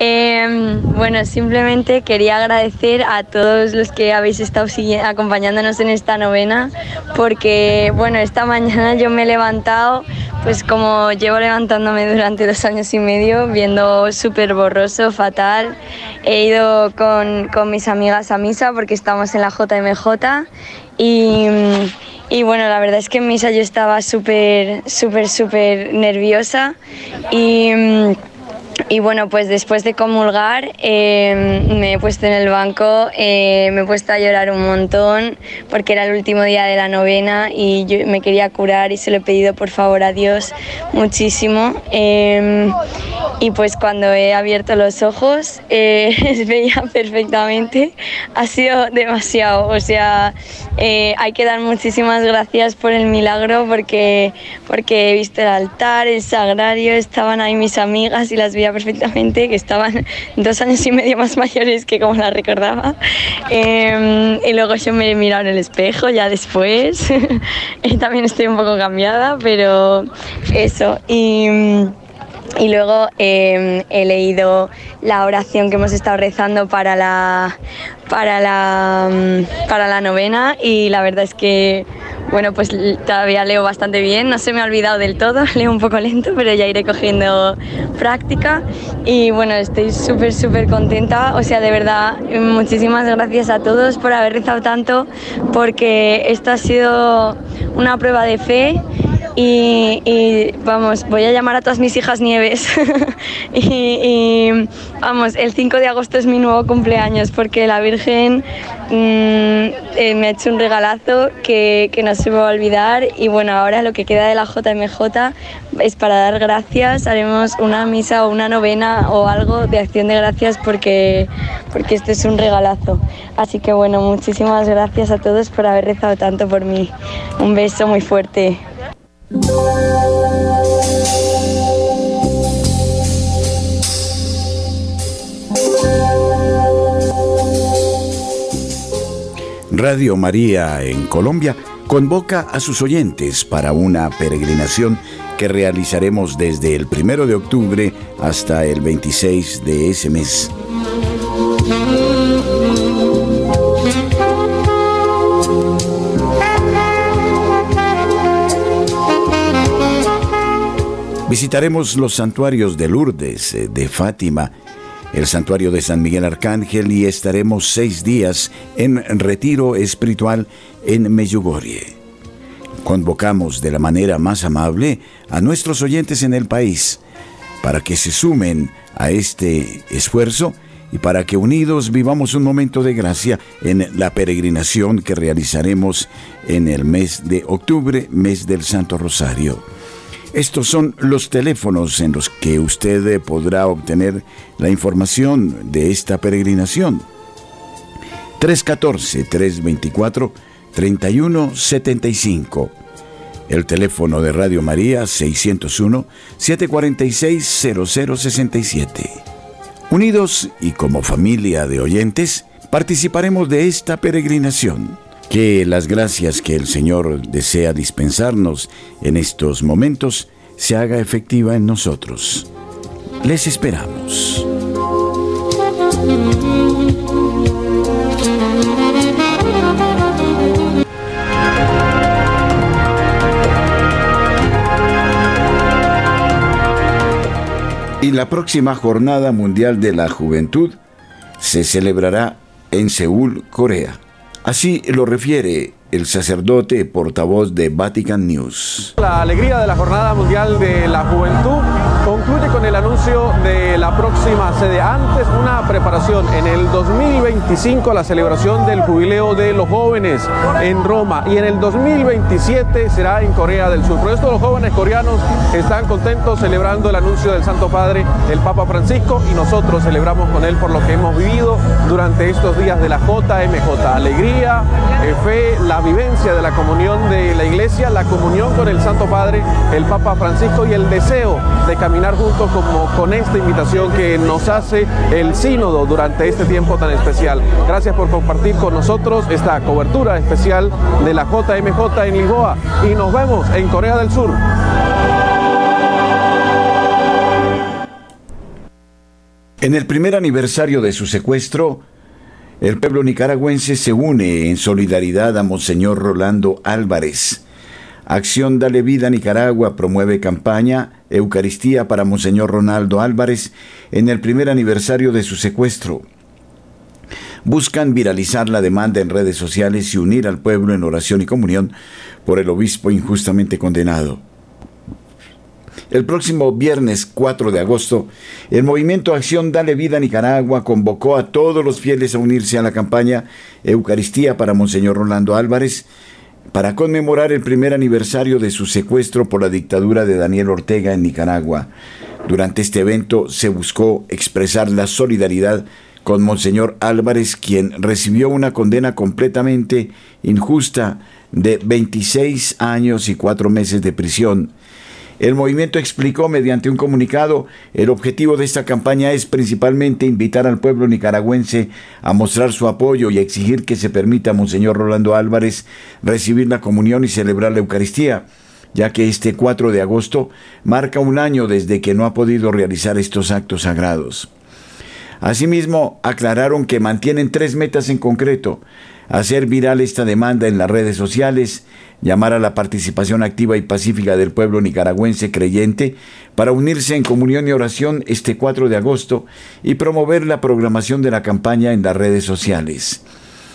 [SPEAKER 15] Bueno, simplemente quería agradecer a todos los que habéis estado acompañándonos en esta novena, porque bueno, esta mañana yo me he levantado, pues como llevo levantándome durante 2 años y medio, viendo súper borroso, fatal. He ido con mis amigas a misa porque estamos en la JMJ y bueno, la verdad es que en misa yo estaba súper nerviosa y bueno, pues después de comulgar me he puesto en el banco, me he puesto a llorar un montón porque era el último día de la novena y yo me quería curar y se lo he pedido por favor a Dios muchísimo. Y pues cuando he abierto los ojos veía perfectamente, ha sido demasiado, o sea, hay que dar muchísimas gracias por el milagro porque he visto el altar, el sagrario, estaban ahí mis amigas y las veía perfectamente, que estaban 2 años y medio más mayores que como las recordaba, y luego yo me he mirado en el espejo ya después también estoy un poco cambiada, pero eso, y luego he leído la oración que hemos estado rezando para la novena y la verdad es que, bueno, pues todavía leo bastante bien, no se me ha olvidado del todo, leo un poco lento, pero ya iré cogiendo práctica y bueno, estoy súper contenta, o sea, de verdad, muchísimas gracias a todos por haber rezado tanto, porque esto ha sido una prueba de fe y vamos, voy a llamar a todas mis hijas Nieves y vamos, el 5 de agosto es mi nuevo cumpleaños porque la Virgen me ha hecho un regalazo que no se me va a olvidar. Y bueno, ahora lo que queda de la JMJ es para dar gracias. Haremos una misa o una novena o algo de acción de gracias porque este es un regalazo. Así que bueno, muchísimas gracias a todos por haber rezado tanto por mí. Un beso muy fuerte.
[SPEAKER 2] Radio María en Colombia convoca a sus oyentes para una peregrinación que realizaremos desde el 1 de octubre hasta el 26 de ese mes. Visitaremos los santuarios de Lourdes, de Fátima, el santuario de San Miguel Arcángel y estaremos 6 días en retiro espiritual en Medjugorje. Convocamos de la manera más amable a nuestros oyentes en el país para que se sumen a este esfuerzo y para que unidos vivamos un momento de gracia en la peregrinación que realizaremos en el mes de octubre, mes del Santo Rosario. Estos son los teléfonos en los que usted podrá obtener la información de esta peregrinación. 314-324-3175. El teléfono de Radio María 601-746-0067. Unidos y como familia de oyentes, participaremos de esta peregrinación. Que las gracias que el Señor desea dispensarnos en estos momentos se haga efectiva en nosotros. Les esperamos. Y la próxima Jornada Mundial de la Juventud se celebrará en Seúl, Corea. Así lo refiere el sacerdote portavoz de Vatican News.
[SPEAKER 16] La alegría de la Jornada Mundial de la Juventud concluye con el anuncio de la próxima sede. Antes, una preparación en el 2025, la celebración del Jubileo de los Jóvenes en Roma, y en el 2027 será en Corea del Sur. Por esto los jóvenes coreanos están contentos celebrando el anuncio del Santo Padre, el Papa Francisco, y nosotros celebramos con él por lo que hemos vivido durante estos días de la JMJ. Alegría, fe, la vivencia de la comunión de la Iglesia, la comunión con el Santo Padre, el Papa Francisco, y el deseo de caminar juntos como con esta invitación que nos hace el Sínodo durante este tiempo tan especial. Gracias por compartir con nosotros esta cobertura especial de la JMJ en Lisboa, y nos vemos en Corea del Sur.
[SPEAKER 2] En el primer aniversario de su secuestro, el pueblo nicaragüense se une en solidaridad a Monseñor Rolando Álvarez. Acción Dale Vida Nicaragua promueve campaña Eucaristía para Monseñor Rolando Álvarez en el primer aniversario de su secuestro. Buscan viralizar la demanda en redes sociales y unir al pueblo en oración y comunión por el obispo injustamente condenado. El próximo viernes 4 de agosto, el movimiento Acción Dale Vida Nicaragua convocó a todos los fieles a unirse a la campaña Eucaristía para Monseñor Rolando Álvarez para conmemorar el primer aniversario de su secuestro por la dictadura de Daniel Ortega en Nicaragua. Durante este evento se buscó expresar la solidaridad con Monseñor Álvarez, quien recibió una condena completamente injusta de 26 años y 4 meses de prisión. El movimiento explicó mediante un comunicado: el objetivo de esta campaña es principalmente invitar al pueblo nicaragüense a mostrar su apoyo y exigir que se permita a Monseñor Rolando Álvarez recibir la comunión y celebrar la Eucaristía, ya que este 4 de agosto marca un año desde que no ha podido realizar estos actos sagrados. Asimismo, aclararon que mantienen 3 metas en concreto: hacer viral esta demanda en las redes sociales, llamar a la participación activa y pacífica del pueblo nicaragüense creyente para unirse en comunión y oración este 4 de agosto y promover la programación de la campaña en las redes sociales.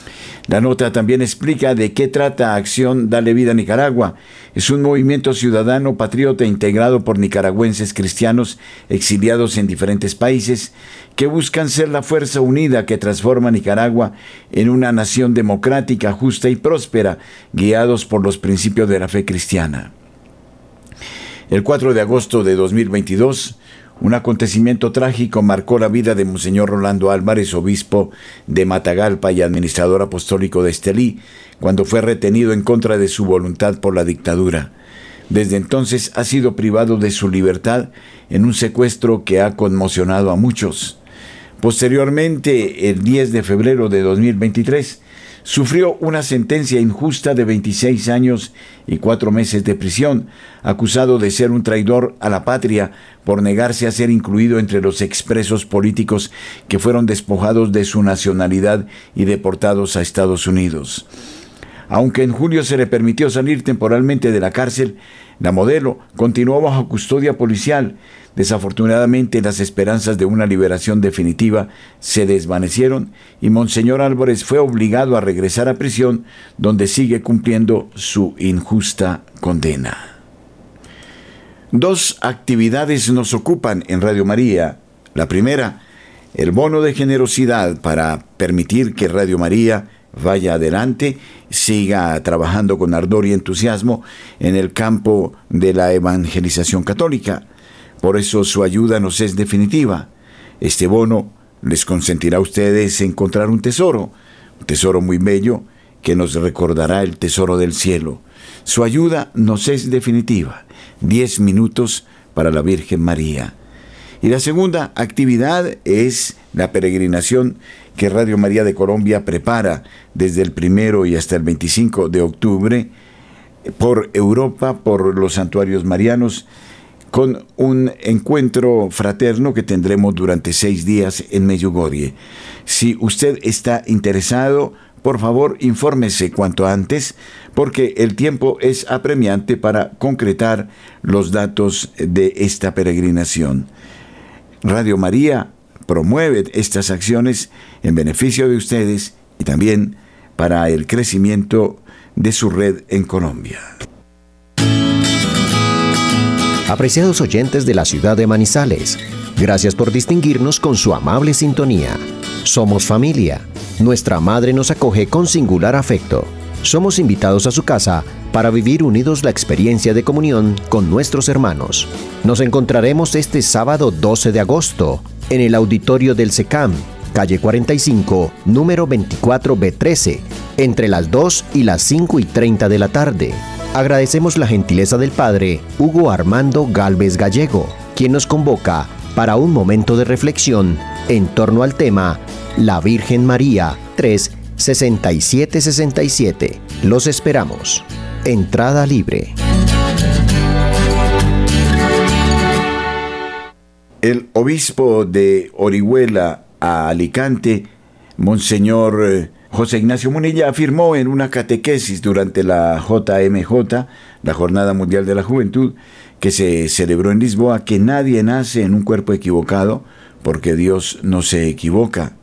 [SPEAKER 2] La nota también explica de qué trata Acción Dale Vida a Nicaragua. Es un movimiento ciudadano patriota integrado por nicaragüenses cristianos exiliados en diferentes países que buscan ser la fuerza unida que transforma Nicaragua en una nación democrática, justa y próspera, guiados por los principios de la fe cristiana. El 4 de agosto de 2022, un acontecimiento trágico marcó la vida de Monseñor Rolando Álvarez, obispo de Matagalpa y administrador apostólico de Estelí, cuando fue retenido en contra de su voluntad por la dictadura. Desde entonces ha sido privado de su libertad en un secuestro que ha conmocionado a muchos. Posteriormente, el 10 de febrero de 2023, sufrió una sentencia injusta de 26 años y 4 meses de prisión, acusado de ser un traidor a la patria por negarse a ser incluido entre los expresos políticos que fueron despojados de su nacionalidad y deportados a Estados Unidos. Aunque en julio se le permitió salir temporalmente de la cárcel, la modelo continuó bajo custodia policial. Desafortunadamente, las esperanzas de una liberación definitiva se desvanecieron y Monseñor Álvarez fue obligado a regresar a prisión, donde sigue cumpliendo su injusta condena. 2 actividades nos ocupan en Radio María. La primera, el bono de generosidad para permitir que Radio María vaya adelante, siga trabajando con ardor y entusiasmo en el campo de la evangelización católica. Por eso su ayuda nos es definitiva. Este bono les consentirá a ustedes encontrar un tesoro muy bello que nos recordará el tesoro del cielo. Su ayuda nos es definitiva. 10 minutos para la Virgen María. Y la segunda actividad es la peregrinación que Radio María de Colombia prepara desde el 1 y hasta el 25 de octubre por Europa, por los santuarios marianos, con un encuentro fraterno que tendremos durante 6 días en Medjugorje. Si usted está interesado, por favor, infórmese cuanto antes, porque el tiempo es apremiante para concretar los datos de esta peregrinación. Radio María promueve estas acciones en beneficio de ustedes y también para el crecimiento de su red en Colombia.
[SPEAKER 17] Apreciados oyentes de la ciudad de Manizales, gracias por distinguirnos con su amable sintonía. Somos familia. Nuestra madre nos acoge con singular afecto. Somos invitados a su casa para vivir unidos la experiencia de comunión con nuestros hermanos. Nos encontraremos este sábado 12 de agosto en el auditorio del SECAM, calle 45, número 24B13, entre las 2 y las 5:30 de la tarde. Agradecemos la gentileza del Padre Hugo Armando Gálvez Gallego, quien nos convoca para un momento de reflexión en torno al tema La Virgen María 3-6767. Los esperamos. Entrada libre.
[SPEAKER 2] El obispo de Orihuela a Alicante, Monseñor José Ignacio Munilla, afirmó en una catequesis durante la JMJ, la Jornada Mundial de la Juventud, que se celebró en Lisboa, que nadie nace en un cuerpo equivocado, porque Dios no se equivoca.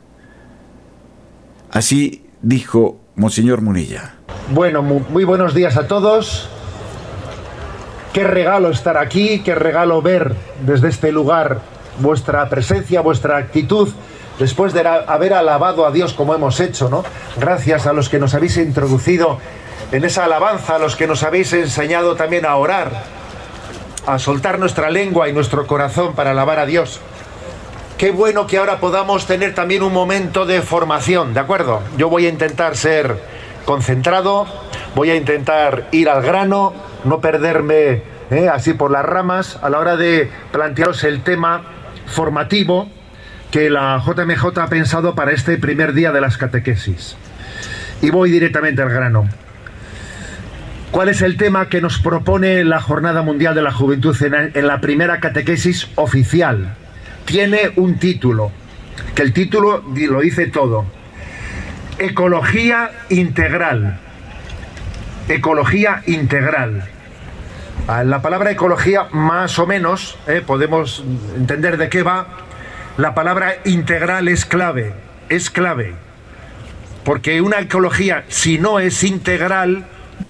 [SPEAKER 2] Así dijo Monseñor Munilla.
[SPEAKER 18] Bueno, muy buenos días a todos. Qué regalo estar aquí, qué regalo ver desde este lugar vuestra presencia, vuestra actitud, después de haber alabado a Dios como hemos hecho, ¿no? Gracias a los que nos habéis introducido en esa alabanza, a los que nos habéis enseñado también a orar, a soltar nuestra lengua y nuestro corazón para alabar a Dios. Qué bueno que ahora podamos tener también un momento de formación, ¿de acuerdo? Yo voy a intentar ser concentrado, voy a intentar ir al grano, no perderme así por las ramas a la hora de plantearos el tema formativo que la JMJ ha pensado para este primer día de las catequesis. Y voy directamente al grano. ¿Cuál es el tema que nos propone la Jornada Mundial de la Juventud en la primera catequesis oficial? Tiene un título, que el título lo dice todo. Ecología integral. Ecología integral. La palabra ecología, más o menos, podemos entender de qué va. La palabra integral es clave, es clave. porque una ecología, si no es integral...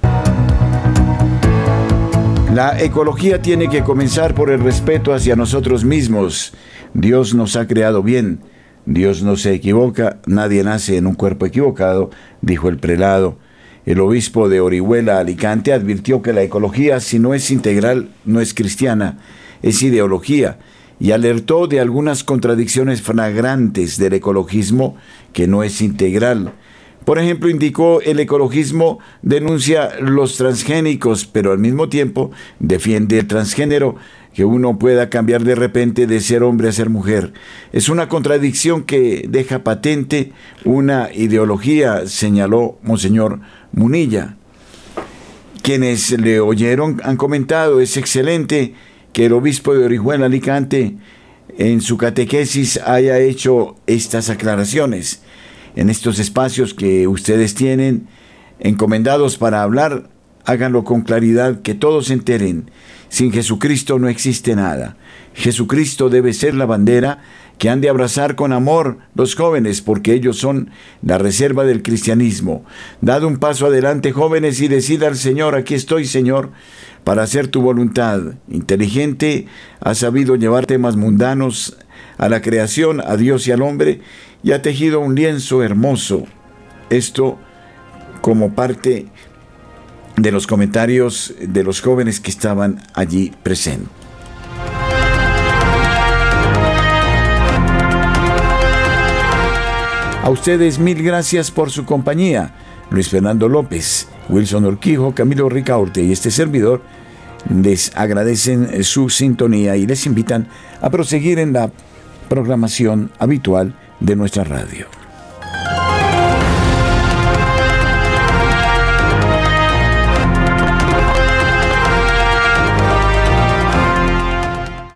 [SPEAKER 2] La ecología tiene que comenzar por el respeto hacia nosotros mismos. Dios nos ha creado bien. Dios no se equivoca, nadie nace en un cuerpo equivocado, dijo el prelado. El obispo de Orihuela, Alicante, advirtió que la ecología, si no es integral, no es cristiana, es ideología, y alertó de algunas contradicciones flagrantes del ecologismo que no es integral. Por ejemplo, indicó, el ecologismo denuncia los transgénicos, pero al mismo tiempo defiende el transgénero, que uno pueda cambiar de repente de ser hombre a ser mujer. Es una contradicción que deja patente una ideología, señaló Monseñor Munilla. Quienes le oyeron han comentado, es excelente que el obispo de Orihuela, Alicante, en su catequesis haya hecho estas aclaraciones. En estos espacios que ustedes tienen encomendados para hablar, háganlo con claridad, que todos se enteren. Sin Jesucristo no existe nada. Jesucristo debe ser la bandera que han de abrazar con amor los jóvenes, porque ellos son la reserva del cristianismo. Dad un paso adelante, jóvenes, y decid al Señor, aquí estoy, Señor, para hacer tu voluntad. Inteligente, ha sabido llevar temas mundanos a la creación, a Dios y al hombre, y ha tejido un lienzo hermoso. Esto como parte de los comentarios de los jóvenes que estaban allí presentes. A ustedes mil gracias por su compañía. Luis Fernando López, Wilson Urquijo, Camilo Ricaurte y este servidor les agradecen su sintonía y les invitan a proseguir en la programación habitual de nuestra radio.